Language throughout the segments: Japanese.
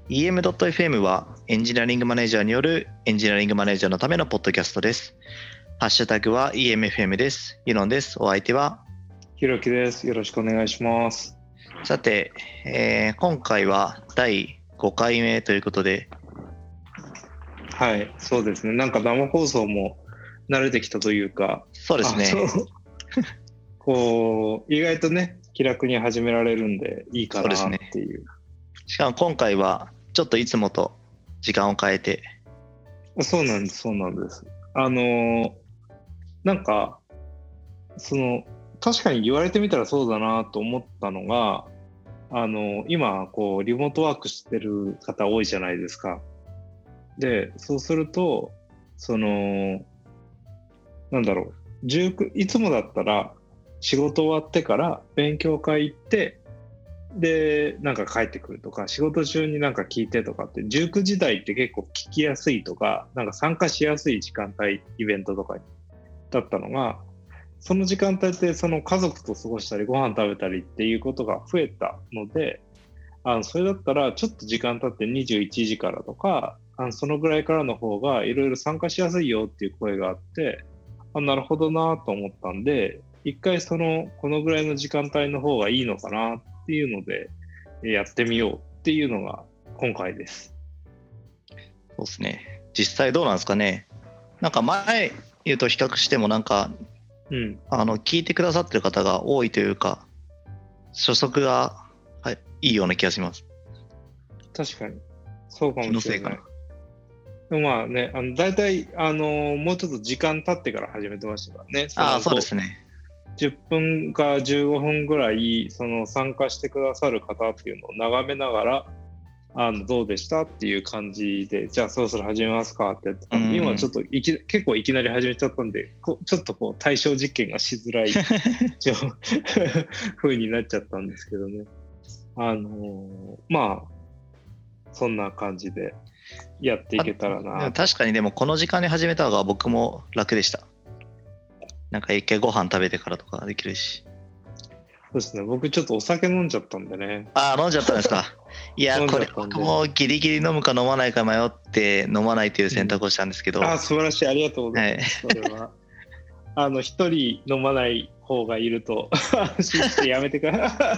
EM.FM はエンジニアリングマネージャーによるエンジニアリングマネージャーのためのポッドキャストです。ハッシュタグは EMFM です。ユノンです。お相手はひろきです。よろしくお願いします。 さて、今回は第5回目ということで、 はい、そうですね。なんか生放送も慣れてきたというか、 そうですね。 こう意外とね気楽に始められるんでいいかなっていう。 しかも今回はちょっといつもと時間を変えて。 そうなんです。なんか確かに言われてみたらそうだなと思ったのが、今こうリモートワークしてる方多いじゃないですか。で、そうするといつもだったら仕事終わってから勉強会行ってでなんか帰ってくるとか、仕事中になんか聞いてとかって、19時台って結構聞きやすいとか、なんか参加しやすい時間帯、イベントとかだったのが、その時間帯ってその家族と過ごしたりご飯食べたりっていうことが増えたので、それだったらちょっと時間経って21時からとか、そのぐらいからの方がいろいろ参加しやすいよっていう声があって、なるほどなと思ったんで、一回このぐらいの時間帯の方がいいのかなっていうのでやってみようっていうのが今回です。 そうですね。実際どうなんですかね。なんか前言うと比較してもなんか、聞いてくださってる方が多いというか、初速が、はい、いいような気がします。 確かにそうかもしれない。でもまあね、だいたいもうちょっと時間経ってから始めてましたからね。 そうですね。 10分か15分ぐらい参加してくださる方っていうのを眺めながらどうでしたっていう感じで、じゃあそろそろ始めますかってやってたんで、今ちょっと結構いきなり始めちゃったんで、ちょっとこう対象実験がしづらい風になっちゃったんですけどね。まあそんな感じでやっていけたらな。 確かにでもこの時間に始めた方が僕も楽でした。なんか一回ご飯食べてからとかできるし。 そうですね。僕ちょっとお酒飲んじゃったんでね。 飲んじゃったんですか。いや、これ僕もギリギリ飲むか飲まないか迷って飲まないという選択をしたんですけど。 素晴らしい。ありがとうございます。それは一人飲まない方がいると安心してやめてくださ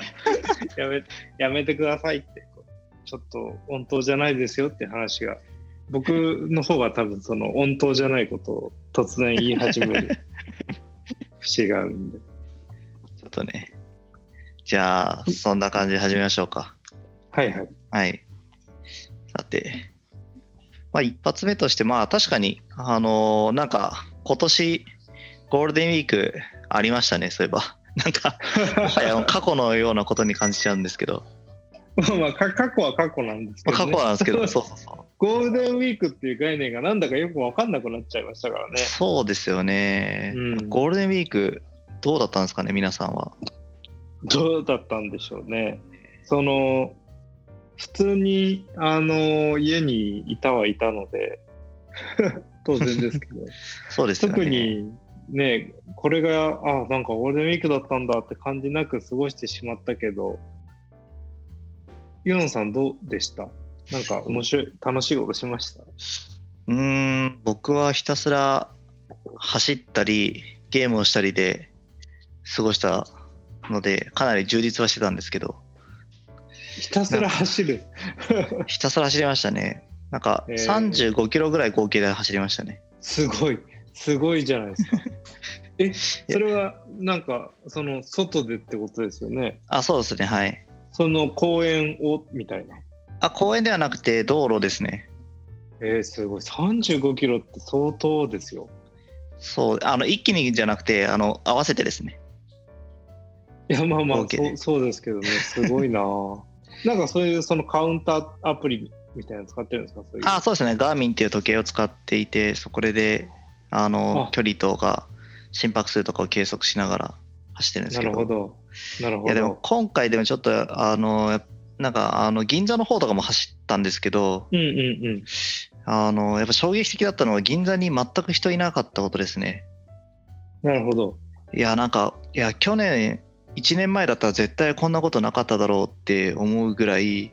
いってちょっと温当じゃないですよって話が、僕の方が多分温当じゃないことを突然言い始める節があるんで、 ちょっとね、じゃあそんな感じで始めましょうか。 はいはいはい。さて、一発目として確かになんか今年ゴールデンウィークありましたね。そういえばなんかもはや過去のようなことに感じちゃうんですけど過去は過去なんですけど、ね、 過去なんですけどそうゴールデンウィークっていう概念がなんだかよく分かんなくなっちゃいましたからね。 そうですよね、ゴールデンウィークどうだったんですかね、皆さんは。 どうだったんでしょうね。普通に家にいたはいたので当然ですけどそうですよね。 特にね、これがなんかゴールデンウィークだったんだって感じなく過ごしてしまったけど、ユノンさんどうでした？なんか楽しいことしました？ 僕はひたすら走ったりゲームをしたりで過ごしたので、かなり充実はしてたんですけど。 ひたすら走るひたすら走りましたね。なんか35キロぐらい合計で走りましたね。 すごいじゃないですかそれはなんか外でってことですよね？ そうですね、はい。 公園をみたいな。 公園ではなくて道路ですね。 すごい。35キロって相当ですよ。 そう、一気にじゃなくて合わせてですね。 いやそうですけどね、すごいななんかそういうカウンターアプリみたいなの使ってるんですか？ そうですね、ガーミンっていう時計を使っていて、そこで距離とか心拍数とかを計測しながら走ってるんですけど。 なるほど。 いやでも今回でもちょっとなんか銀座の方とかも走ったんですけど、やっぱ衝撃的だったのは銀座に全く人いなかったことですね。 なるほど。 いや去年1年前だったら絶対こんなことなかっただろうって思うぐらい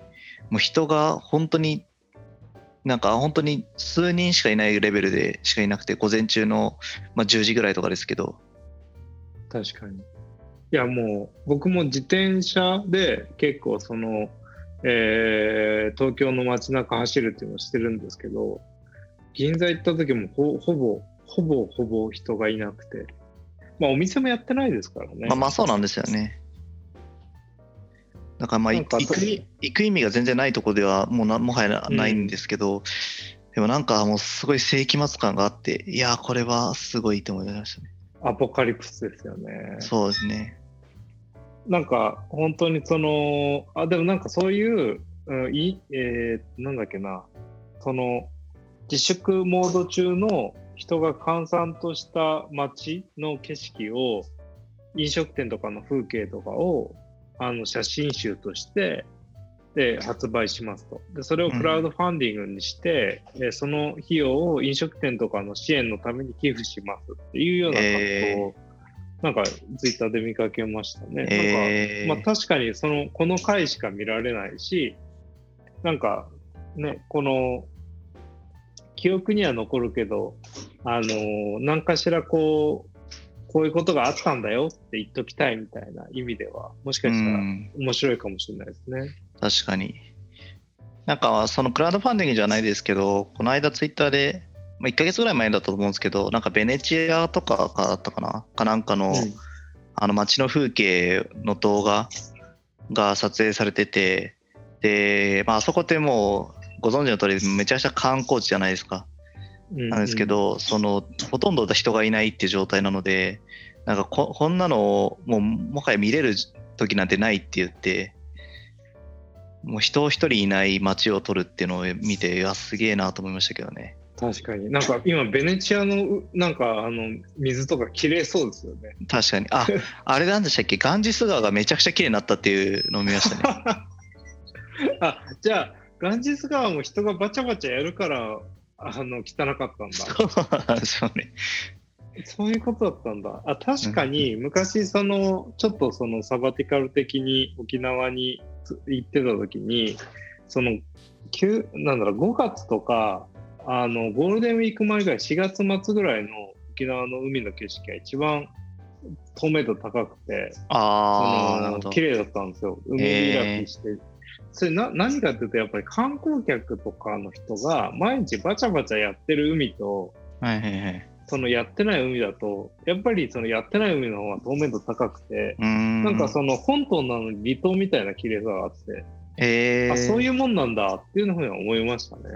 もう人が本当になんか本当に数人しかいないレベルでしかいなくて、午前中の、10時ぐらいとかですけど。 確かに。いやもう僕も自転車で結構東京の街中走るっていうのをしてるんですけど、銀座行った時もほぼ人がいなくて、お店もやってないですからね。 そうなんですよね。だからなんか行く意味が全然ないところではもはやないんですけど、でもなんかもうすごい世紀末感があって、いやこれはすごいと思いましたね。 アポカリプスですよね。 そうですね。 なんか本当にでもなんかそういう、なんだっけな、自粛モード中の人が閑散とした街の景色を、飲食店とかの風景とかを写真集としてで発売しますと。でそれをクラウドファンディングにして、その費用を飲食店とかの支援のために寄付しますっていうような活動を、なんかツイッターで見かけましたね。なんか確かにこの回しか見られないし、なんかね、この記憶には残るけど、何かしらこういうことがあったんだよって言っときたいみたいな意味では、もしかしたら面白いかもしれないですね。 確かに。なんかそのクラウドファンディングじゃないですけど、この間ツイッターで、1ヶ月ぐらい前だと思うんですけど、なんかベネチアとかだったかななんかの、街の風景の動画が撮影されてて、で、あそこってもうご存知の通りめちゃくちゃ観光地じゃないですか。なんですけど、ほとんど人がいないっていう状態なので、なんかこんなのをもはや見れる時なんてないって言って、もう人一人いない街を撮るっていうのを見て、いやすげえなと思いましたけどね。 確かに。なんか今ベネチアのなんか水とか綺麗そうですよね。 確かに。あれなんでしたっけ、ガンジス川がめちゃくちゃ綺麗になったっていうのを見ましたね。 じゃあガンジス川も人がバチャバチャやるから汚かったんだ。 そうなんですよね。 そういうことだったんだ。確かに昔ちょっとサバティカル的に沖縄に行ってた時に5月とかゴールデンウィーク前ぐらい、4月末ぐらいの沖縄の海の景色が一番透明度高くて綺麗だったんですよ。海開きして。それ何かっていうと、やっぱり観光客とかの人が毎日バチャバチャやってる海と、やってない海だと、やっぱりやってない海の方が透明度高くて、なんか本島なのに離島みたいな綺麗さがあって、そういうもんなんだっていうふうに思いましたね。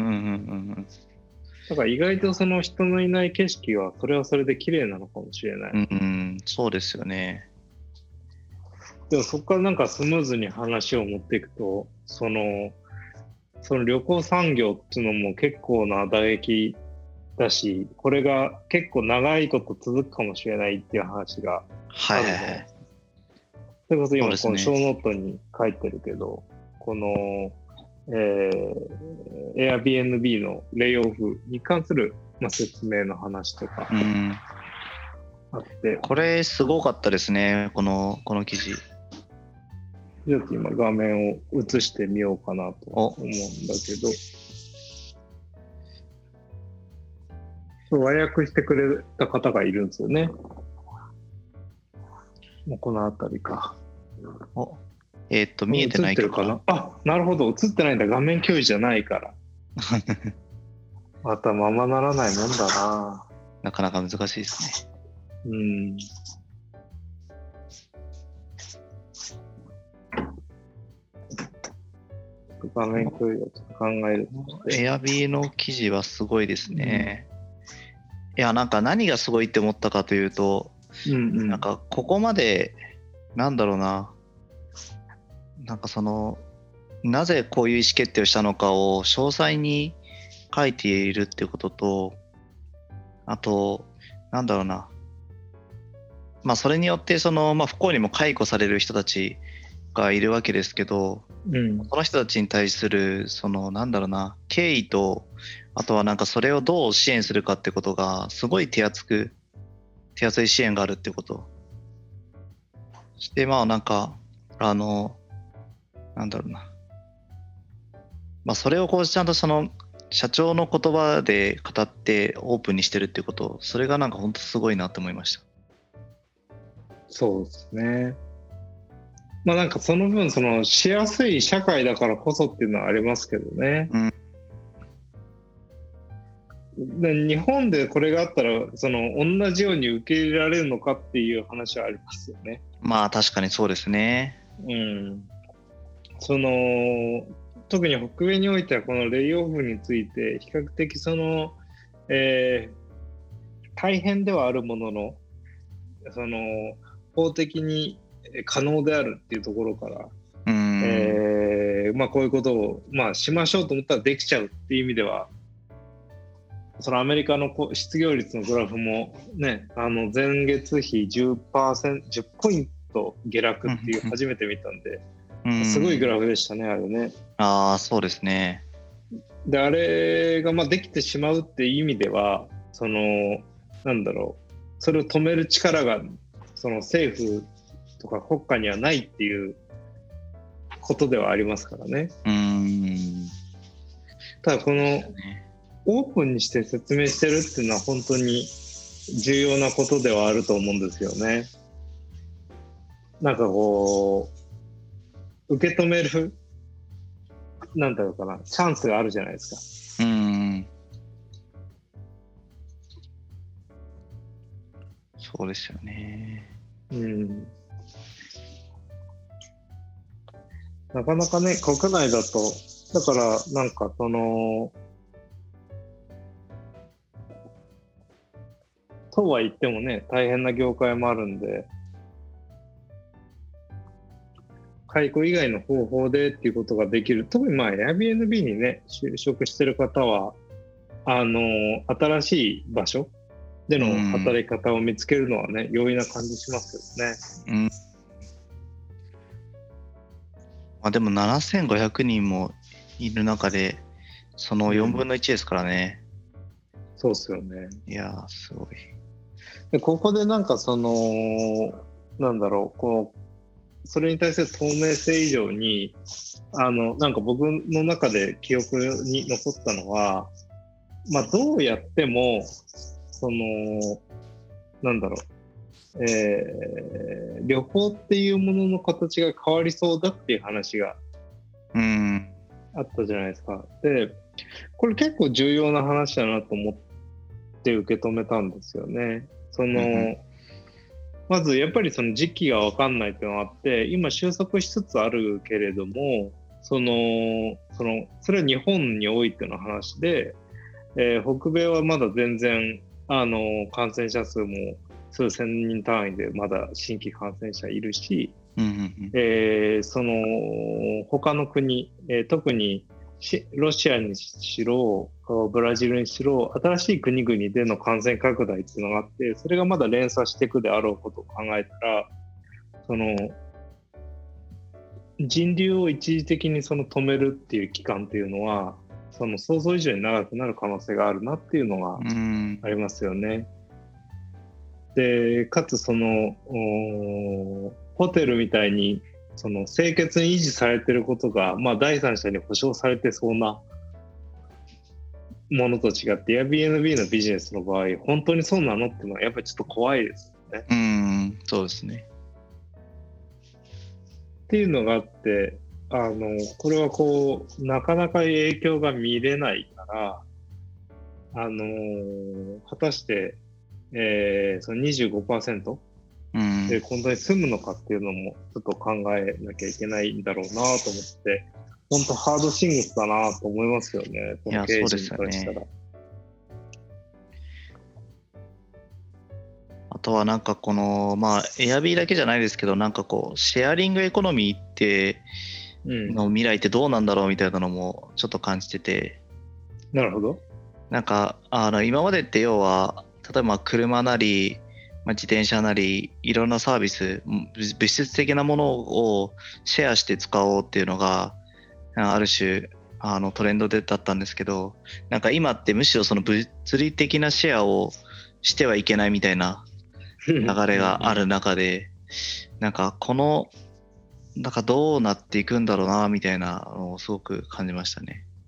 だから意外と人のいない景色はそれはそれで綺麗なのかもしれない。 そうですよね。 でもそこからなんかスムーズに話を持っていくと、その旅行産業っていうのも結構な打撃だし、これが結構長いこと続くかもしれないっていう話があるの。それこそ今このショーノートに書いてるけど、この、Airbnb のレイオフに関する、説明の話とかあって、 これすごかったですね、この記事。 ちょっと今画面を映してみようかなと思うんだけど、和訳してくれた方がいるんですよね。もうこの辺りか。 見えてないかな。なるほど、映ってないんだ。画面共有じゃないから。またままならないもんだな。 なかなか難しいですね。画面共有をちょっと考えると。 エアビーの記事はすごいですね。いや、なんか何がすごいって思ったかというと、なんかここまでなんだろうな、なんかなぜこういう意思決定をしたのかを詳細に書いているっていうことと、あとなんだろうな、それによって不幸にも解雇される人たちがいるわけですけど、その人たちに対するなんだろうな、敬意と、あとはなんかそれをどう支援するかってことがすごい手厚い支援があるってことそしてなんかなんだろうな、 まあ、それをこうちゃんとその社長の言葉で語ってオープンにしてるっていうこと、それがなんか本当すごいなって思いました。 そうですね。まあなんかその分そのしやすい社会だからこそっていうのはありますけどね。 うんで日本でこれがあったらその同じように受け入れられるのかっていう話はありますよね。 まあ確かにそうですね。 うん。その特に北米においてはこのレイオフについて比較的その、大変ではあるもののその法的に可能であるっていうところから、まあこういうことを、まあ、しましょうと思ったらできちゃうっていう意味では、そのアメリカの失業率のグラフもね、前月比 10%、10ポイント下落っていう初めて見たんで、すごいグラフでしたね、あれね。 ああ、そうですね。 で、あれがまあできてしまうっていう意味では、その、なんだろう、それを止める力が、その政府とか国家にはないっていうことではありますからね。ただこのオープンにして説明してるっていうのは本当に重要なことではあると思うんですよね。なんかこう受け止めるなんだろうかな、チャンスがあるじゃないですか。 そうですよね。 なかなかね、国内だと、だからなんかその、とは言ってもね、大変な業界もあるんで、解雇以外の方法でっていうことができる。特にまあ Airbnb にね、就職してる方は、新しい場所での働き方を見つけるのはね、容易な感じしますよね。 まあ、でも7500人もいる中で、その4分の1ですからね。 そうですよね。 いやー、すごい。 でここでなんかその、なんだろう、こう、それに対する透明性以上に、なんか僕の中で記憶に残ったのは、まあ、どうやっても、その、なんだろう、旅行っていうものの形が変わりそうだっていう話があったじゃないですか。で、これ結構重要な話だなと思って受け止めたんですよね。その、まずやっぱりその時期が分かんないっていうのがあって、今収束しつつあるけれども、それは日本においての話で、北米はまだ全然感染者数も数千人単位でまだ新規感染者いるし、その他の国、特にロシアにしろブラジルにしろ新しい国々での感染拡大っていうのがあって、それがまだ連鎖していくであろうことを考えたら、その人流を一時的にその止めるっていう期間っていうのはその想像以上に長くなる可能性があるなっていうのがありますよね。でかつそのホテルみたいにその清潔に維持されていることが、まあ、第三者に保証されてそうなものと違って Airbnb のビジネスの場合本当にそうなのっていうのはやっぱりちょっと怖いですよね。 そうですね。っていうのがあってこれはこうなかなか影響が見れないから果たして、その 25%で本当に済むのかっていうのもちょっと考えなきゃいけないんだろうなと思って本当ハードシングスだなと思いますよね。この経営陣からしたら。 あとはなんかこのまあ Airb だけじゃないですけどなんかこうシェアリングエコノミーっての未来ってどうなんだろうみたいなのもちょっと感じてて。 なるほど。 なんか今までって要は例えば車なり自転車なりいろんなサービス物質的なものをシェアして使おうっていうのがある種トレンドだったんですけど、なんか今ってむしろその物理的なシェアをしてはいけないみたいな流れがある中でなんかこのなんかどうなっていくんだろうなみたいなのをすごく感じましたね。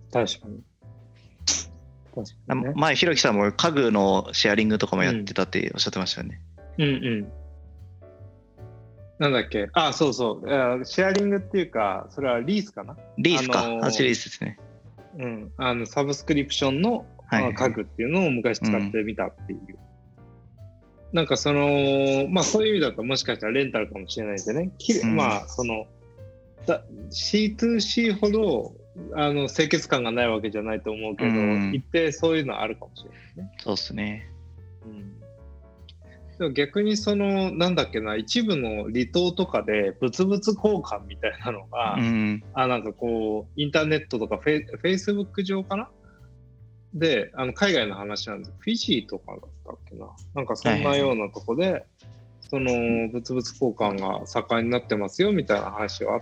確かに。確かにね。 前、ひろきさんも家具のシェアリングとかもやってたっておっしゃってましたよね。 うんうん。なんだっけ、あ、そうそう、シェアリングっていうか、それはリースかな。 リースか。リースですね。 うん、サブスクリプションの家具っていうのを昔使ってみたっていう。なんかその、まあそういう意味だともしかしたらレンタルかもしれないですよね。まあその、C2C ほど清潔感がないわけじゃないと思うけど、一定そういうのあるかもしれないね。 そうっすね。 でも逆にそのなんだっけな、一部の離島とかで物々交換みたいなのが、なんかこうインターネットとかフェイスブック上かなで海外の話なんです。フィジーとかだったっけな、なんかそんなようなとこで、その物々交換が盛んになってますよみたいな話があって、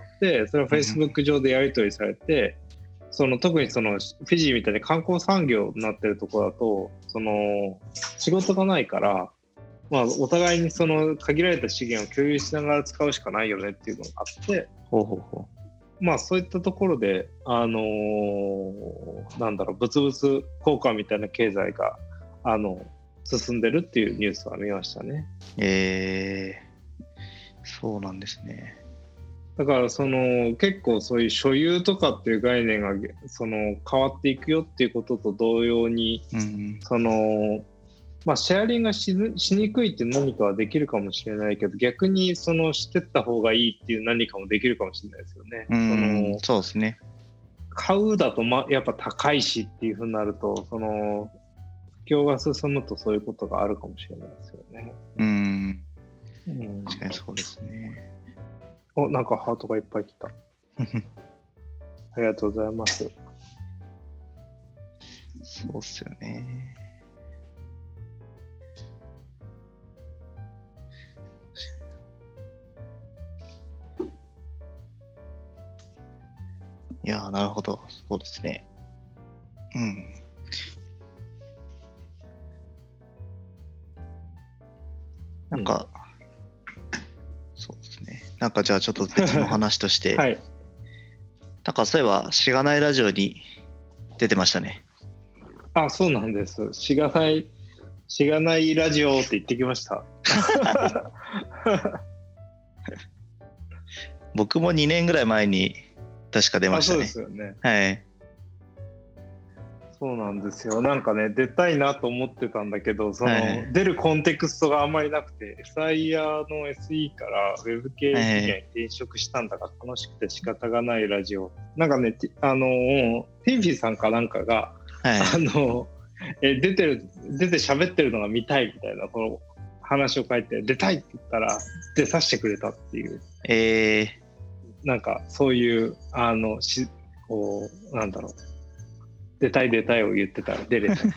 それはフェイスブック上でやり取りされて、その特にそのフィジーみたいに観光産業になってるところだと、その仕事がないから、まあ、お互いにその限られた資源を共有しながら使うしかないよねっていうのがあって、まあそういったところでなんだろう、物々交換みたいな経済が進んでるっていうニュースは見ましたね。 そうなんですね。 だからその結構そういう所有とかっていう概念がその変わっていくよっていうことと同様に、そのまあ、シェアリングがしにくいって何かはできるかもしれないけど、逆にそのしてった方がいいっていう何かもできるかもしれないですよね。 そうですね。 買うだとやっぱ高いしっていうふうになると、その不況が進むとそういうことがあるかもしれないですよね。 確かにそうですね。 なんかハートがいっぱい来た。ありがとうございます。 そうっすよね。いやー、なるほど。そうですね。なんか、そうですね。なんかじゃあちょっと別の話として、はい、なんかそういえば、しがないラジオに出てましたね。 あ、そうなんです。しがないラジオって言ってきました。 僕も2年ぐらい前に確か出ましたね。 そうですよね。 はい。 そうなんですよ。なんかね、出たいなと思ってたんだけど、その、出るコンテクストがあんまりなくて、SIR の SE からウェブ系事業に転職したんだが、楽しくて仕方がないラジオ。なんかね、ティンフィさんかなんかが、出て喋ってるのが見たいみたいなこの話を書いて、出たいって言ったら出させてくれたっていう。なんかそういうこうなんだろう、出たいを言ってたら出れたっていう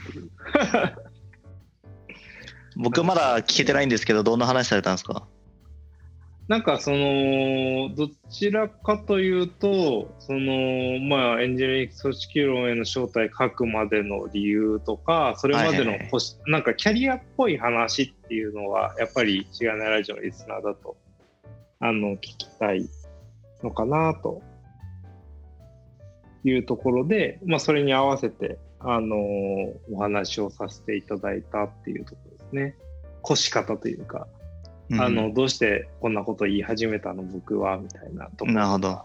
僕まだ聞けてないんですけど、どんな話されたんですか？ なんかそのどちらかというと、そのまあエンジニアリング組織論への招待書くまでの理由とか、それまでのなんかキャリアっぽい話っていうのはやっぱりしがないラジオのリスナーだと聞きたいのかなというところで、まあ、それに合わせてお話をさせていただいたっていうところですね。越し方というか、どうしてこんなこと言い始めたの僕はみたいなところ。 なるほど。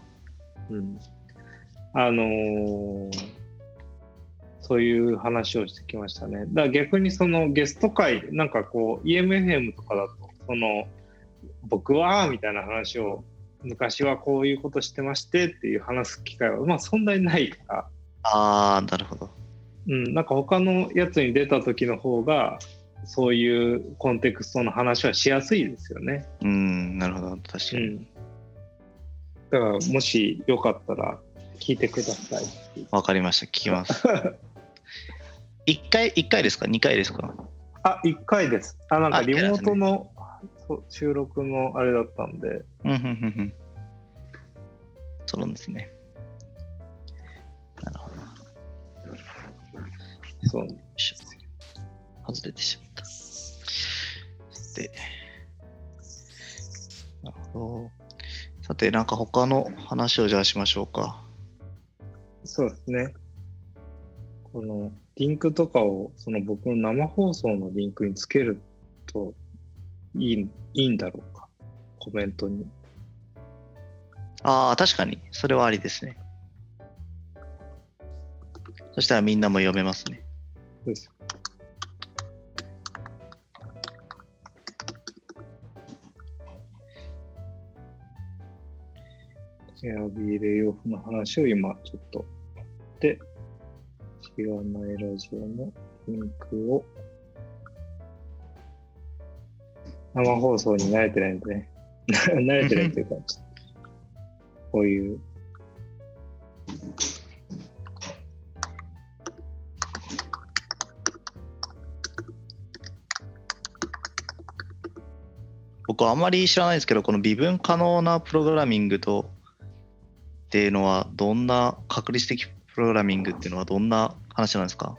そういう話をしてきましたね。だから逆にそのゲスト会なんかこう EMFM とかだとその僕はみたいな話を昔はこういうことしてましてっていう話す機会はまあそんなにないから。 なるほど。 なんか他のやつに出た時の方がそういうコンテクストの話はしやすいですよね。 なるほど、確かに。 だからもしよかったら聞いてください。 わかりました、聞きます。1回ですか？ 2 回ですか ？1回です。なんかリモートの収録のあれだったんで。 そうなんですね。なるほど。 そう。 外れてしまった。で、なるほど。さて、なんか他の話をじゃあしましょうか。 そうですね。 このリンクとかをその僕の生放送のリンクにつけるといいんだろうか、コメントに。 ああ、確かに、それはありですね。そしたらみんなも読めますね。 です。エアビーレイオフの話を今ちょっとで、しがないラジオのリンクを生放送に慣れてないんでね慣れてないというかちょっとこういう僕はあんまり知らないですけど、この微分可能なプログラミングっていうのはどんな、確率的プログラミングっていうのはどんな話なんですか？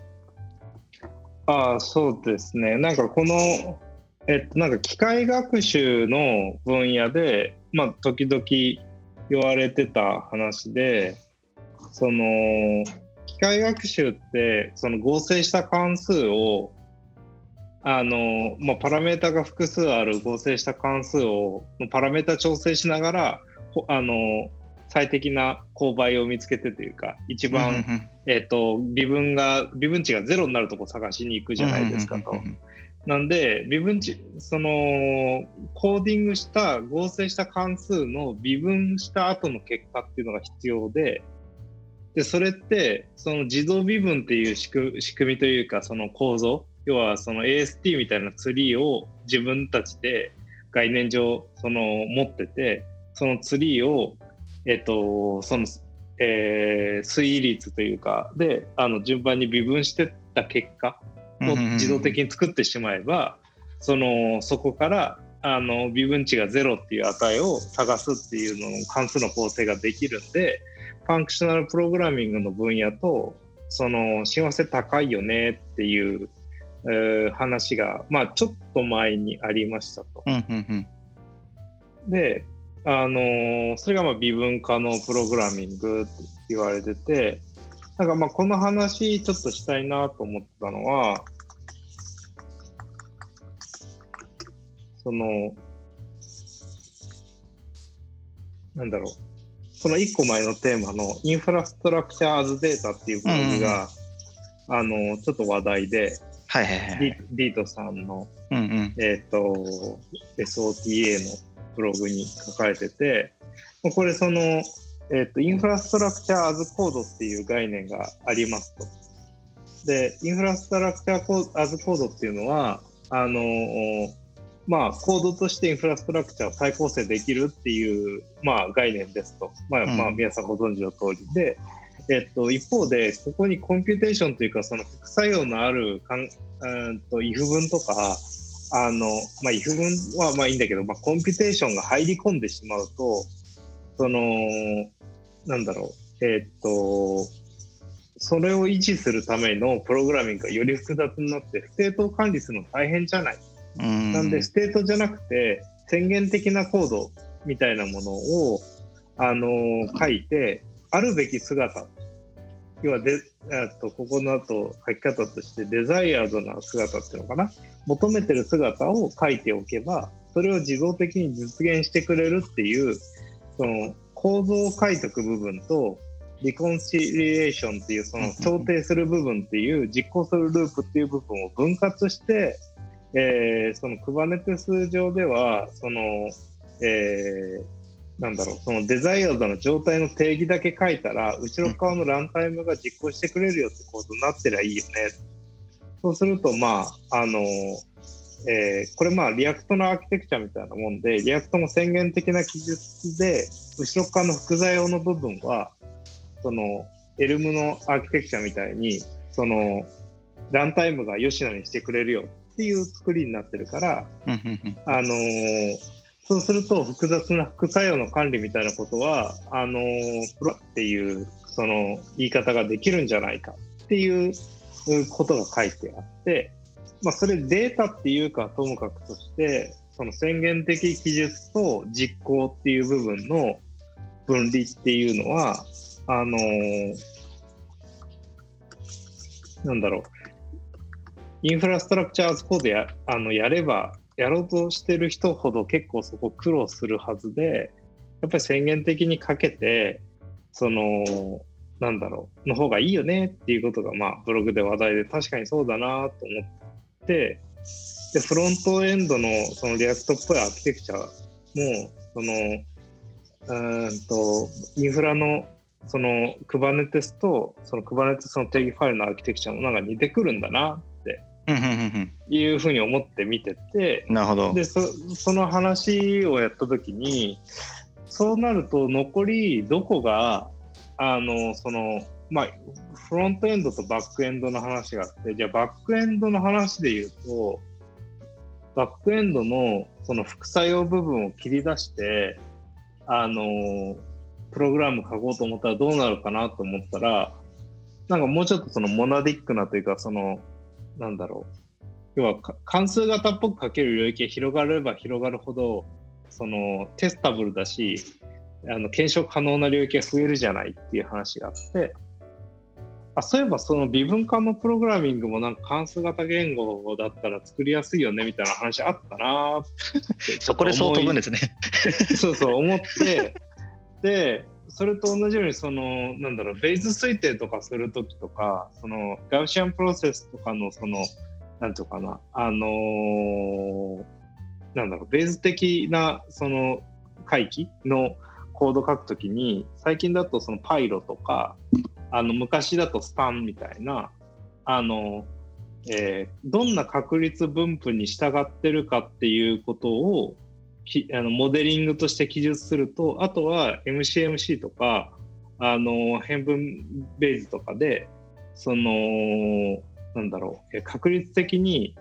そうですね。なんかこの、なんか機械学習の分野で、まあ、時々言われてた話で、その、機械学習って、その合成した関数を、まあ、パラメータが複数ある合成した関数を、パラメータ調整しながら、最適な勾配を見つけてというか、一番、微分値がゼロになるとこ探しに行くじゃないですかと。なんでそのコーディングした合成した関数の微分した後の結果っていうのが必要で、それってその自動微分っていう仕組みというか、その構造、要はその AST みたいなツリーを自分たちで概念上その持ってて、そのツリーをその推移率というかで順番に微分してった結果を自動的に作ってしまえば、そこから微分値が0っていう値を探すっていうのの関数の構成ができるんで、ファンクショナルプログラミングの分野とその親和性高いよねっていう、話が、まあ、ちょっと前にありましたと。でそれがまあ微分化のプログラミングって言われてて、なんかまあこの話ちょっとしたいなと思ったのは、そのなんだろう、この1個前のテーマのインフラストラクチャーズデータっていうブログが、ちょっと話題で、ディートさんの、SOTA のブログに書かれてて、これその、インフラストラクチャーアズコードっていう概念がありますと。で、インフラストラクチャーアズコードっていうのは、まあ、コードとしてインフラストラクチャーを再構成できるっていう、まあ、概念ですと。まあ、皆さんご存知の通りで、一方で、ここにコンピューテーションというか、その副作用のあるif 文とか、まあ、if 文はまあいいんだけど、まあ、コンピューテーションが入り込んでしまうと、なんだろう、それを維持するためのプログラミングがより複雑になって、ステートを管理するの大変じゃない。なんで、ステートじゃなくて、宣言的なコードみたいなものを、書いて、あるべき姿、要はここの後書き方としてデザイアードな姿っていうのかな、求めてる姿を書いておけばそれを自動的に実現してくれるっていう、その構造を書いておく部分とリコンシリエーションっていうその調停する部分っていう実行するループっていう部分を分割して、その Kubernetes 上ではその、なんだろう、そのデザイアードの状態の定義だけ書いたら後ろ側のランタイムが実行してくれるよってコードになってりゃいいよね。そうするとまあこれまあリアクトのアーキテクチャみたいなもんで、リアクトも宣言的な記述で後ろ側の副作用の部分はそのエルムのアーキテクチャみたいにそのランタイムが吉野にしてくれるよっていう作りになってるからそうすると複雑な副作用の管理みたいなことはプロっていうその言い方ができるんじゃないかっていうことが書いてあって、まあ、それデータっていうかともかくとしてその宣言的記述と実行っていう部分の分離っていうのはなんだろう、インフラストラクチャーズコードやれば、やろうとしてる人ほど結構そこ苦労するはずで、やっぱり宣言的にかけて、なんだろう、の方がいいよねっていうことが、まあ、ブログで話題で、確かにそうだなと思って、で、フロントエンドのそのリアクトっぽいアーキテクチャも、インフラのその Kubernetes とその Kubernetes の定義ファイルのアーキテクチャもなんか似てくるんだなっていうふうに思って見てて、 なるほど。 でその話をやった時に、そうなると残りどこがまあ、フロントエンドとバックエンドの話があって、じゃあバックエンドの話で言うと、バックエンドのその副作用部分を切り出してプログラム書こうと思ったらどうなるかなと思ったら、なんかもうちょっとそのモナディックなというか、なんだろう、要は関数型っぽく書ける領域が広がれば広がるほど、テスタブルだし、検証可能な領域が増えるじゃないっていう話があって、そういえばその微分化のプログラミングもなんか関数型言語だったら作りやすいよねみたいな話あったなってそこでそう飛ぶんですね。 そう思って、でそれと同じようになんだろう、ベイズ推定とかするときとか、ガウシアンプロセスとかのなんていうかな、なんだろう、ベイズ的な回帰のコード書くときに、最近だとパイロとか昔だとスタンみたいなどんな確率分布に従ってるかっていうことをモデリングとして記述すると、あとは MCMC とか変分ベイズとかでなんだろう、確率的に、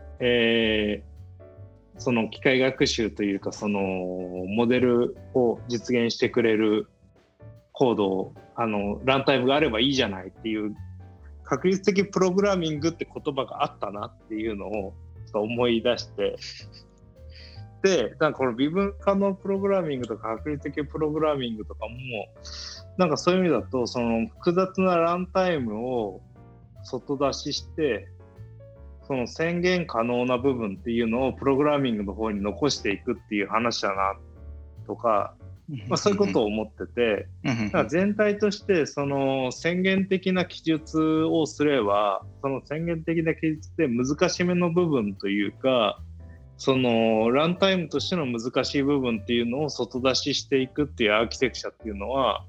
機械学習というかモデルを実現してくれるコードをランタイムがあればいいじゃないっていう確率的プログラミングって言葉があったなっていうのをちょっと思い出して、でなんかこの微分化のプログラミングとか確率的プログラミングとかもなんかそういう意味だと複雑なランタイムを外出しして宣言可能な部分っていうのをプログラミングの方に残していくっていう話だなとか、そういうことを思ってて、だから全体として宣言的な記述をすれば、宣言的な記述で難しめの部分というか、ランタイムとしての難しい部分っていうのを外出ししていくっていうアーキテクチャっていうのは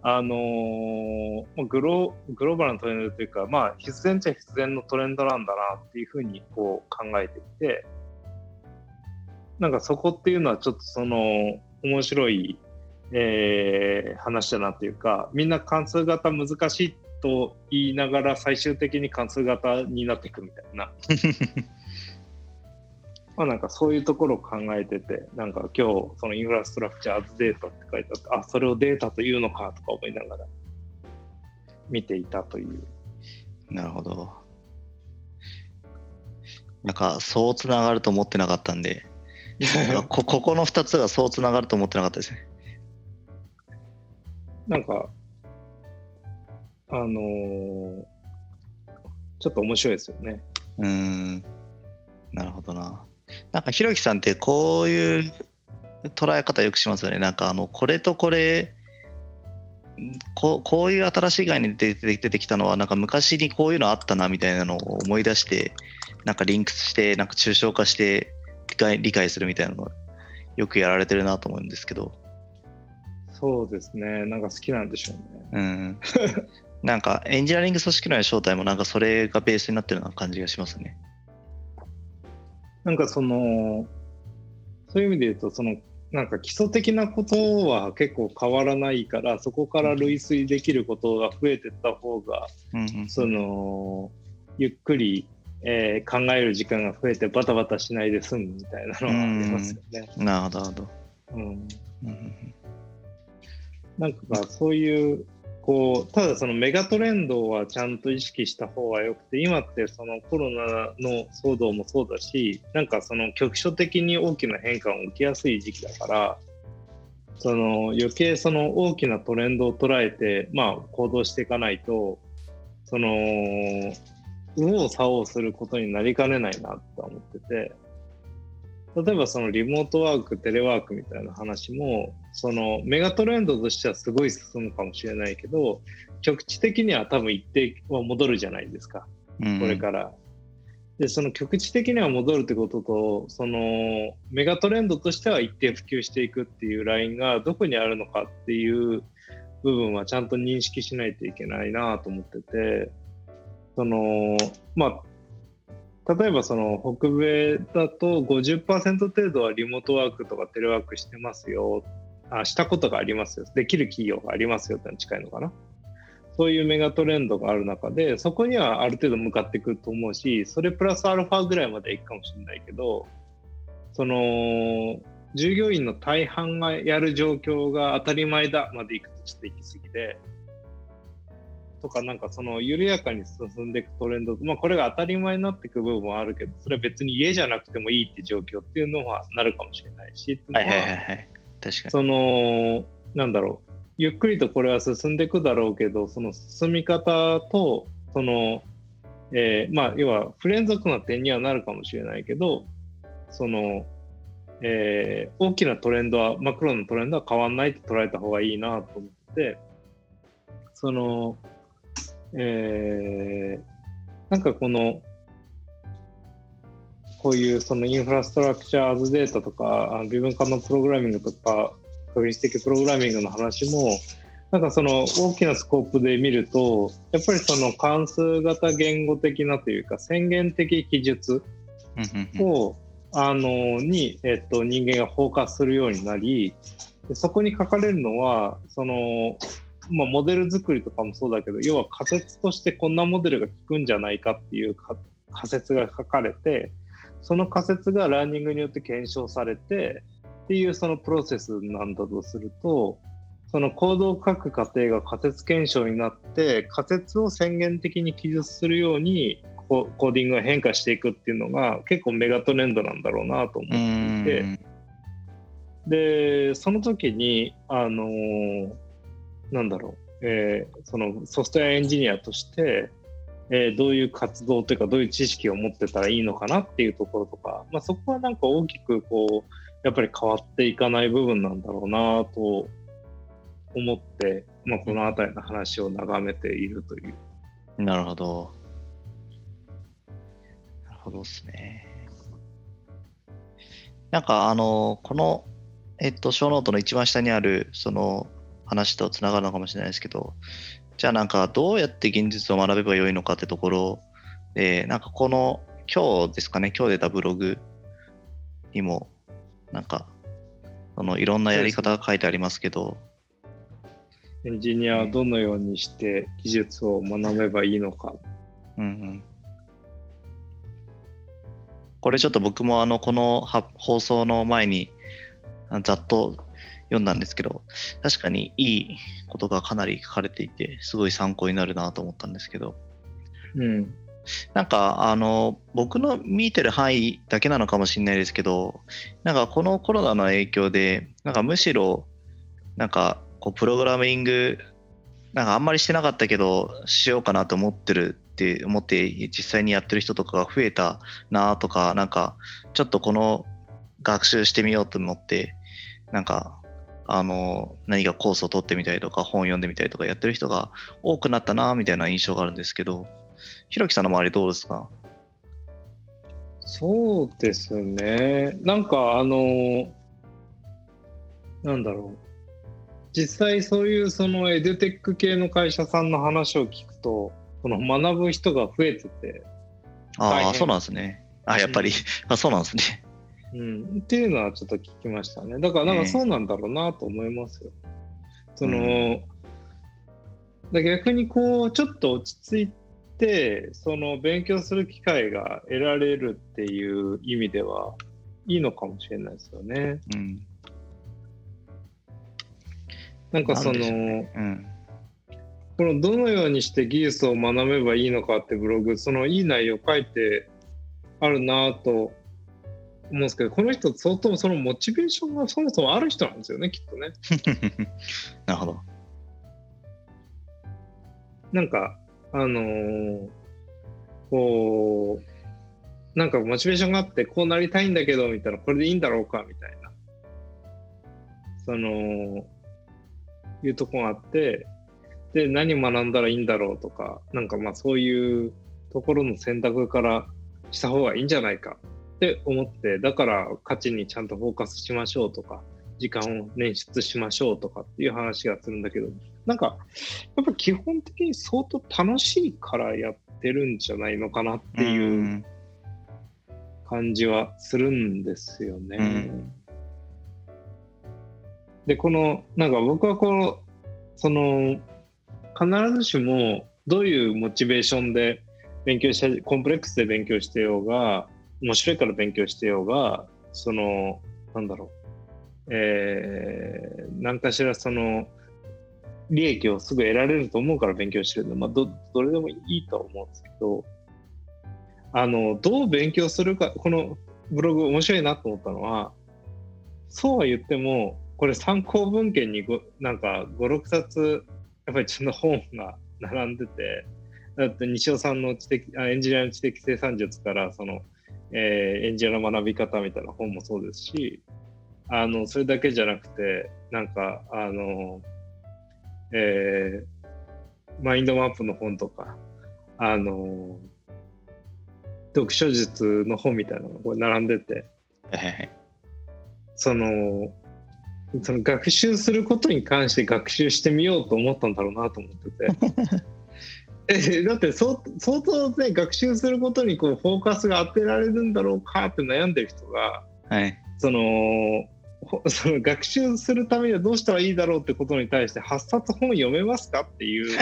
グローバルなトレンドというか、まあ必然っちゃ必然のトレンドなんだなっていうふうにこう考えていて、なんかそこっていうのはちょっと面白い、話だなっていうか、みんな関数型難しいと言いながら最終的に関数型になっていくみたいなまあなんかそういうところを考えてて、なんか今日インフラストラクチャーズデータって書いてあって、それをデータというのかとか思いながら見ていたという。 なるほど。なんかそうつながると思ってなかったんでここの2つがそうつながると思ってなかったですね。 なんかちょっと面白いですよね。 なるほどな。なんかひろきさんってこういう捉え方よくしますよね。なんかこれとこれこういう新しい概念で出てきたのはなんか昔にこういうのあったなみたいなのを思い出して、なんかリンクしてなんか抽象化して理解するみたいなのをよくやられてるなと思うんですけど。 そうですね。なんか好きなんでしょうね。 なんかエンジニアリング組織の正体もなんかそれがベースになってるような感じがしますね。 なんかそういう意味で言うとなんか基礎的なことは結構変わらないから、そこから類推できることが増えていった方が、ゆっくり、考える時間が増えてバタバタしないで済むみたいなのはありますよね。 なるほど。 なんかそういうただメガトレンドはちゃんと意識した方がよくて、今ってコロナの騒動もそうだし、なんか局所的に大きな変化を受けやすい時期だから、余計大きなトレンドを捉えて、まあ、行動していかないと右往左往することになりかねないなと思ってて、例えばそのリモートワーク、テレワークみたいな話も、そのメガトレンドとしてはすごい進むかもしれないけど、局地的には多分一定は戻るじゃないですか、これから。で、その局地的には戻るってことと、そのメガトレンドとしては一定普及していくっていうラインがどこにあるのかっていう部分はちゃんと認識しないといけないなと思ってて、そのまあ例えばその北米だと 50% 程度はリモートワークとかテレワークしてますよ、したことがありますよ、できる企業がありますよってのに近いのかな。そういうメガトレンドがある中で、そこにはある程度向かっていくと思うし、それプラスアルファぐらいまでいくかもしれないけど、その従業員の大半がやる状況が当たり前だまでいくとちょっと行き過ぎで、とかなんかその緩やかに進んでいくトレンド、まあこれが当たり前になっていく部分はあるけど、それは別に家じゃなくてもいいって状況っていうのはなるかもしれないし、 はいはいはいはい。確かに。 そのなんだろう、ゆっくりとこれは進んでいくだろうけど、その進み方とその、まあ要は不連続な点にはなるかもしれないけど、その、大きなトレンドは、マクロのトレンドは変わんないと捉えた方がいいなと思って、そのなんかこういうそのインフラストラクチャーズデータとか微分化のプログラミングとか確率的プログラミングの話もなんかその大きなスコープで見るとやっぱりその関数型言語的なというか宣言的記述をに、人間がフォーカスするようになり、でそこに書かれるのはそのまあ、モデル作りとかもそうだけど、要は仮説としてこんなモデルが効くんじゃないかっていう仮説が書かれて、その仮説がラーニングによって検証されてっていうそのプロセスなんだとすると、そのコードを書く過程が仮説検証になって仮説を宣言的に記述するようにコーディングが変化していくっていうのが結構メガトレンドなんだろうなと思っていて、でその時になんだろう、そのソフトウェアエンジニアとして、どういう活動というかどういう知識を持ってたらいいのかなっていうところとか、まあ、そこはなんか大きくこうやっぱり変わっていかない部分なんだろうなと思って、まあ、この辺りの話を眺めているという。 なるほど。なるほどですね。なんかこの小ノートの一番下にあるその話とつながるのかもしれないですけど、じゃあなんかどうやって現実を学べばよいのかってところで、なんかこの今日ですかね、今日出たブログにもなんかそのいろんなやり方が書いてありますけど、 エンジニアはどのようにして技術を学べばいいのか。 これちょっと僕もこの放送の前にざっと読んだんですけど、確かにいいことがかなり書かれていてすごい参考になるなと思ったんですけど、なんか僕の見てる範囲だけなのかもしれないですけど、なんかこのコロナの影響でなんかむしろなんかこうプログラミングなんかあんまりしてなかったけどしようかなと思って実際にやってる人とかが増えたなとか、なんかちょっとこの学習してみようと思ってなんか何かコースを取ってみたりとか本を読んでみたりとかやってる人が多くなったなみたいな印象があるんですけど、ひろきさんの周りどうですか？ そうですね、なんかなんだろう、実際そういうそのエデュテック系の会社さんの話を聞くと、この学ぶ人が増えてて、 そうなんですね。やっぱり、そうなんですね。 っていうのはちょっと聞きましたね。だからなんかそうなんだろうなと思いますよ。その、逆にこうちょっと落ち着いてその勉強する機会が得られるっていう意味ではいいのかもしれないですよね。なんかその、このどのようにして技術を学べばいいのかってブログ、そのいい内容書いてあるなと思うんですけど、この人相当そのモチベーションがそもそもある人なんですよね、きっとね。 なるほど。 なんかこうなんかモチベーションがあってこうなりたいんだけどみたいな、これでいいんだろうかみたいな、そのいうとこがあって、で何学んだらいいんだろうとか、なんかまあそういうところの選択からした方がいいんじゃないかって思って、だから価値にちゃんとフォーカスしましょうとか、時間を捻出しましょうとかっていう話がするんだけど、なんかやっぱ基本的に相当楽しいからやってるんじゃないのかなっていう感じはするんですよね。でこのなんか僕はこうその必ずしもどういうモチベーションで勉強して、コンプレックスで勉強してようが、面白いから勉強してようが、そのなんだろう、何かしらその利益をすぐ得られると思うから勉強してるので、まあ、どれでもいいとは思うんですけど、どう勉強するか、このブログ面白いなと思ったのは、そうは言ってもこれ参考文献になんか5、6冊やっぱりちゃんと本が並んでて、だって西尾さんのエンジニアの知的生産術からその、エンジニアの学び方みたいな本もそうですし、それだけじゃなくてなんかマインドマップの本とか読書術の本みたいなのがこれ並んでて、その学習することに関して学習してみようと思ったんだろうなと思っててだって相当ね、学習することにこうフォーカスが当てられるんだろうかって悩んでる人が、はい、その学習するためにはどうしたらいいだろうってことに対して8冊本読めますかっていう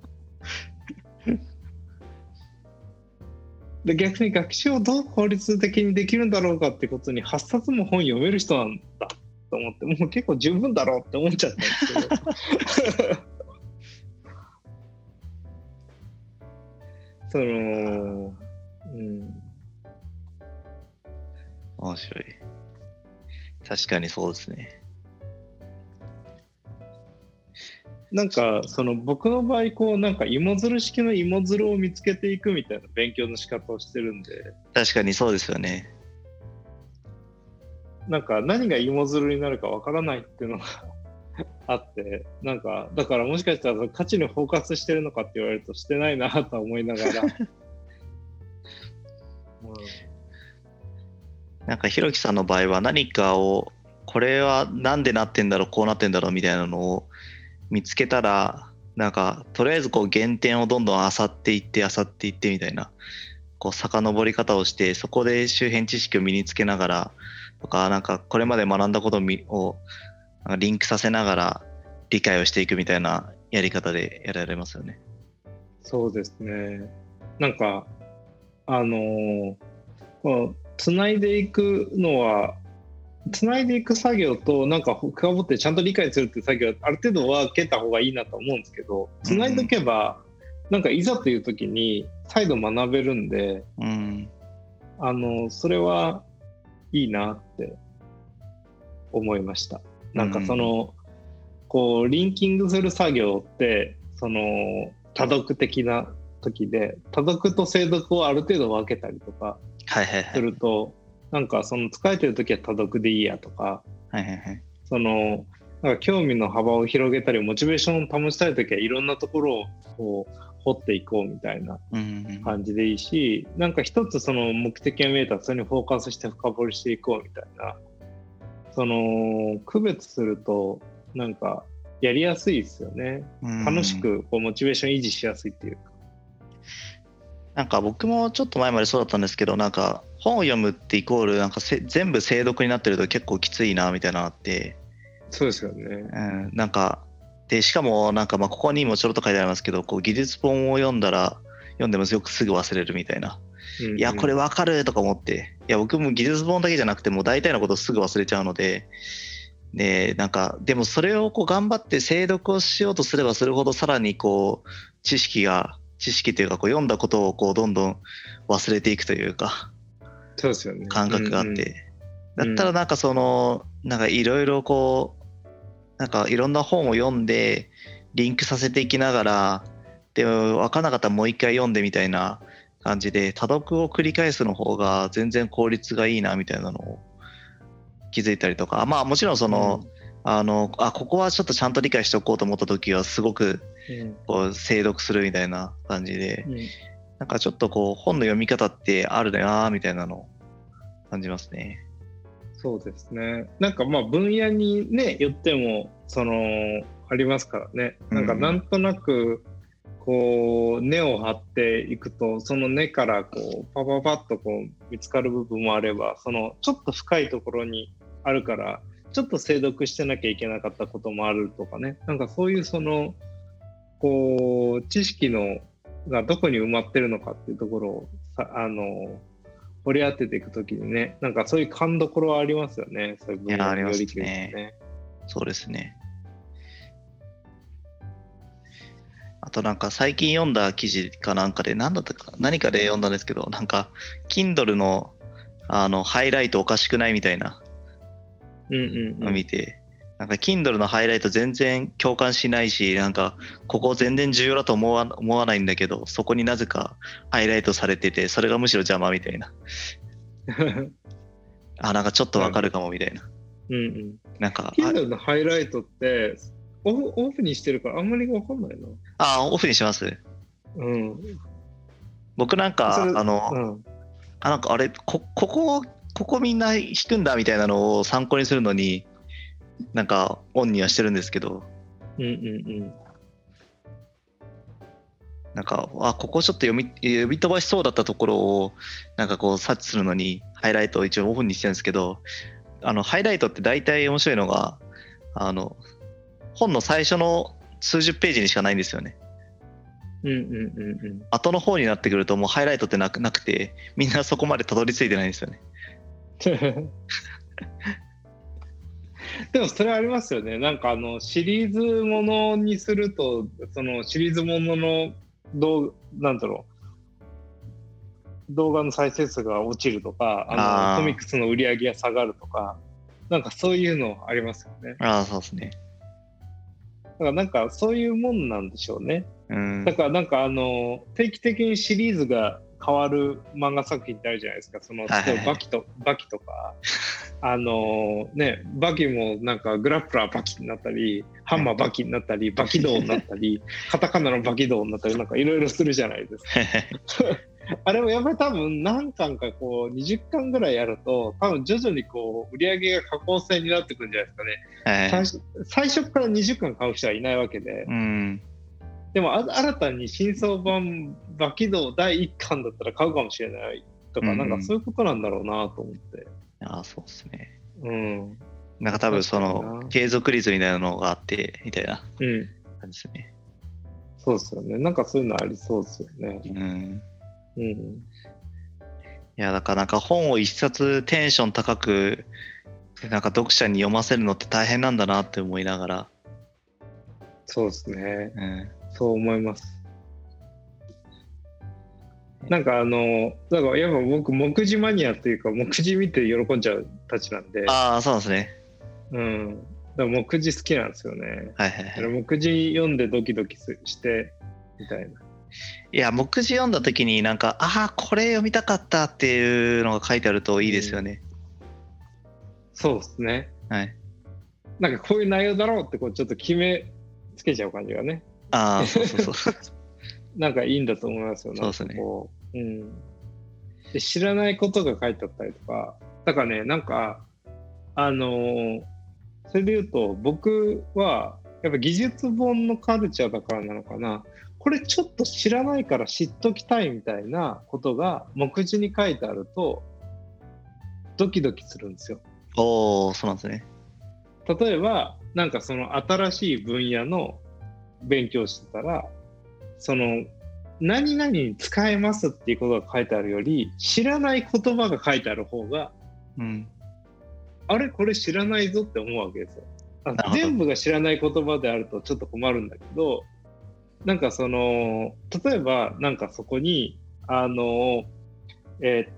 で逆に学習をどう効率的にできるんだろうかってことに8冊も本読める人なんだと思って、もう結構十分だろうって思っちゃったんですけどその面白い。確かにそうですね。 なんかその僕の場合こうなんか芋づる式の芋づるを見つけていくみたいな勉強の仕方をしてるんで。 確かにそうですよね。 なんか何が芋づるになるかわからないっていうのがあって、なんかだからもしかしたら価値にフォーカスしてるのかって言われるとしてないなと思いながらなんかひろきさんの場合は何かをこれはなんでなってんだろう、こうなってんだろうみたいなのを見つけたら、なんかとりあえずこう原点をどんどん漁っていってみたいな、こう遡り方をして、そこで周辺知識を身につけながらとか、なんかこれまで学んだことをリンクさせながら理解をしていくみたいなやり方でやられますよね。 そうですね。なんかこうつないでいくのは、つないでいく作業となんか深掘ってちゃんと理解するっていう作業はある程度分けた方がいいなと思うんですけど、つないでおけば、なんかいざという時に再度学べるんで、それはいいなって思いました。なんかその、こうリンキングする作業ってその多読的な時で、多読と精読をある程度分けたりとかすると、なんかその疲れてる時は多読でいいやとか、そのなんか興味の幅を広げたりモチベーションを保ちたい時はいろんなところをこう掘っていこうみたいな感じでいいし、なんか一つその目的が見えたらそれにフォーカスして深掘りしていこうみたいな、その区別するとなんかやりやすいですよね。楽しくこうモチベーション維持しやすいっていうか。 なんか僕もちょっと前までそうだったんですけど、なんか本を読むってイコールなんか全部精読になってると結構きついなみたいなのあって。 そうですよね。 なんかでしかもなんかまあここにもちょろっと書いてありますけど、こう技術本を読んでもよくすぐ忘れるみたいな。いやこれ分かるとか思って、いや僕も技術本だけじゃなくてもう大体のことをすぐ忘れちゃうので。でなんかでもそれをこう頑張って精読をしようとすればするほどさらにこう知識というかこう読んだことをこうどんどん忘れていくというか、 そうですよね、 感覚があって、だったらなんかそのなんかいろいろこうなんかいろんな本を読んでリンクさせていきながら、で分からなかったらもう一回読んでみたいな感じで、多読を繰り返すの方が全然効率がいいなみたいなのを気づいたりとか、まあもちろんその、ここはちょっとちゃんと理解しておこうと思った時はすごくこう精読するみたいな感じで、なんかちょっとこう本の読み方ってあるなみたいなのを感じますね。 そうですね。なんかまあ分野にねよってもそのありますからね。なんかなんとなくこう根を張っていくと、その根からこうパパパッとこう見つかる部分もあれば、そのちょっと深いところにあるからちょっと精読してなきゃいけなかったこともあるとかね。なんかそういうそのこう知識のがどこに埋まってるのかっていうところを掘り当てていくときにね、なんかそういう勘どころはありますよね。そういう分野によりきりね。 そうですね。あとなんか最近読んだ記事かなんかで何かで読んだんですけど、なんか Kindle のハイライトおかしくないみたいなのを見て、なんか Kindle のハイライト全然共感しないし、なんかここ全然重要だと思わないんだけど、そこになぜかハイライトされてて、それがむしろ邪魔みたいな。なんかちょっとわかるかもみたいな。なんか Kindle のハイライトってオフにしてるからあんまりわかんないな。 オフにします。僕なんかなんかあれここみんな引くんだみたいなのを参考にするのになんかオンにはしてるんですけど、なんかここちょっと読み飛ばしそうだったところをなんかこう察知するのにハイライトを一応オフにしてるんですけど、ハイライトって大体面白いのが本の最初の数十ページにしかないんですよね。後の方になってくるともうハイライトってなくて、みんなそこまでたどり着いてないんですよね。 でもそれありますよね。なんかシリーズものにすると、そのシリーズもののなんだろう、動画の再生数が落ちるとか、コミックスの売り上げが下がるとか、なんかそういうのありますよね。 そうですね。 だからなんかそういうもんなんでしょうね。だからなんか定期的にシリーズが変わる漫画作品ってあるじゃないですか。そのバキとかね、バキもなんかグラップラーバキになったり、ハンマーバキになったり、バキドウになったり、カタカナのバキドウになったり、なんかいろいろするじゃないですか。あれもやっぱり多分何巻かこう20巻ぐらいやると多分徐々にこう売り上げが下降線になってくるんじゃないですかね。最初から20巻買う人はいないわけで、でも新たに新装版バキドウ第1巻だったら買うかもしれないとか、なんかそういうことなんだろうなと思って。 そうですね。 なんか多分その継続率みたいなのがあってみたいな感じですね。 そうですよね。なんかそういうのありそうですよね。 いやだからなんか本を一冊テンション高くなんか読者に読ませるのって大変なんだなって思いながら。 そうですね。そう思います。なんかだからやっぱ僕目次マニアっていうか目次見て喜んじゃうたちなんで。 そうですね。 だから目次好きなんですよね。目次読んでドキドキしてみたいな。 いや目次読んだ時になんかこれ読みたかったっていうのが書いてあるといいですよね。 そうですね。なんかこういう内容だろうってこうちょっと決めつけちゃう感じがね。 そうなんかいいんだと思いますよ。 そうですね。 で知らないことが書いてあったりとか、だからね、なんかそれで言うと僕はやっぱ技術本のカルチャーだからなのかな。これちょっと知らないから知っときたいみたいなことが目次に書いてあるとドキドキするんですよ。 そうなんですね。 例えばなんかその新しい分野の勉強してたら、その何々に使えますっていうことが書いてあるより知らない言葉が書いてある方が、あれこれ知らないぞって思うわけですよ。全部が知らない言葉であるとちょっと困るんだけど、なんかその例えばなんかそこに例え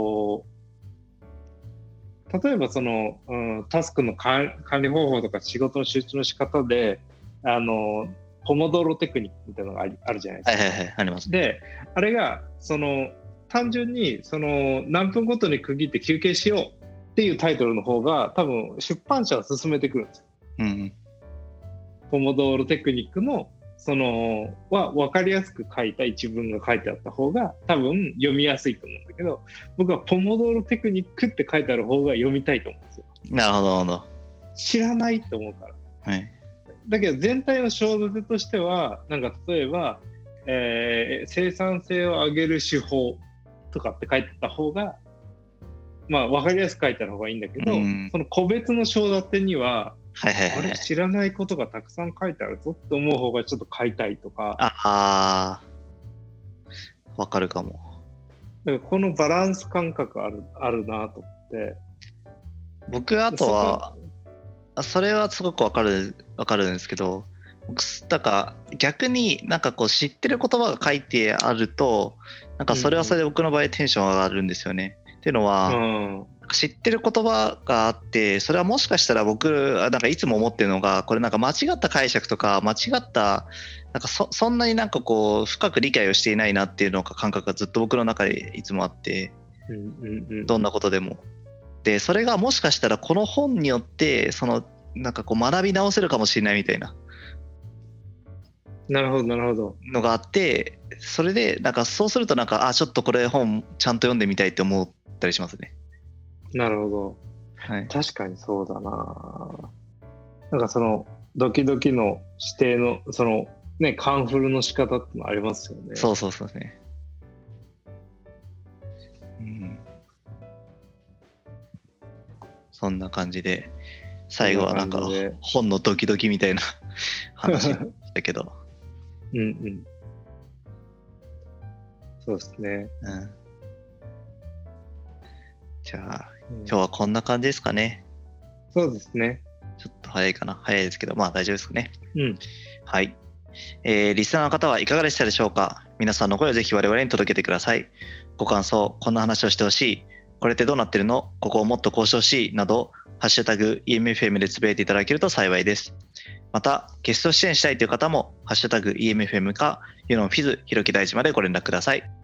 ばその、タスクの管理方法とか仕事の集中の仕方でこポモドーロテクニックみたいなのがあるじゃないですか。 はいはいはい、あります。 で、あれが単純に何分ごとに区切って休憩しようっていうタイトルの方が多分出版社は進めてくるんですよ。 うん。 ポモドーロテクニックのは分かりやすく書いた一文が書いてあった方が多分読みやすいと思うんだけど、僕はポモドーロテクニックって書いてある方が読みたいと思うんですよ。 なるほどなるほど。 知らないと思うから。 はい。 だけど全体の小説としてはなんか例えば、生産性を上げる手法とかって書いてあった方がまあ分かりやすく書いてある方がいいんだけど、その個別の章立てにははいはいはい、 あれ知らないことがたくさん書いてあるぞって思う方がちょっと買いたいとか。 ああ、わかるかも。 だからこのバランス感覚あるなと思って。 僕あとはそれはすごくわかるんですけど、だから逆になんかこう知ってる言葉が書いてあるとなんかそれはそれで僕の場合テンション上がるんですよね。っていうのは、知ってる言葉があって、それはもしかしたら僕なんかいつも思ってるのが、これなんか間違った解釈とか間違ったなんかそんなになんかこう深く理解をしていないなっていうのが感覚がずっと僕の中でいつもあって、どんなことでも。でそれがもしかしたらこの本によってなんかこう学び直せるかもしれないみたいな。 なるほどなるほど。 のがあって、それでなんかそうするとなんかちょっとこれ本ちゃんと読んでみたいって思ったりしますね。 なるほど、はい、確かにそうだな。なんかドキドキの指定のねカンフルの仕方ってのありますよね。 そうそうそうね。うん。そんな感じで最後はなんか本のドキドキみたいな話だけど。 うんうん。そうですね。 うん。じゃあ、今日はこんな感じですかね。 そうですね。 ちょっと早いかな。早いですけど、まあ大丈夫ですかね。 うん。 はい。リスナーの方はいかがでしたでしょうか。皆さんの声をぜひ我々に届けてください。ご感想、こんな話をしてほしい、これってどうなってるの、ここをもっとこうしてほしいなど、ハッシュタグ EMFM でつぶやいていただけると幸いです。また、ゲスト出演したいという方も、ハッシュタグ EMFM か、ユノンフィズひろき大地までご連絡ください。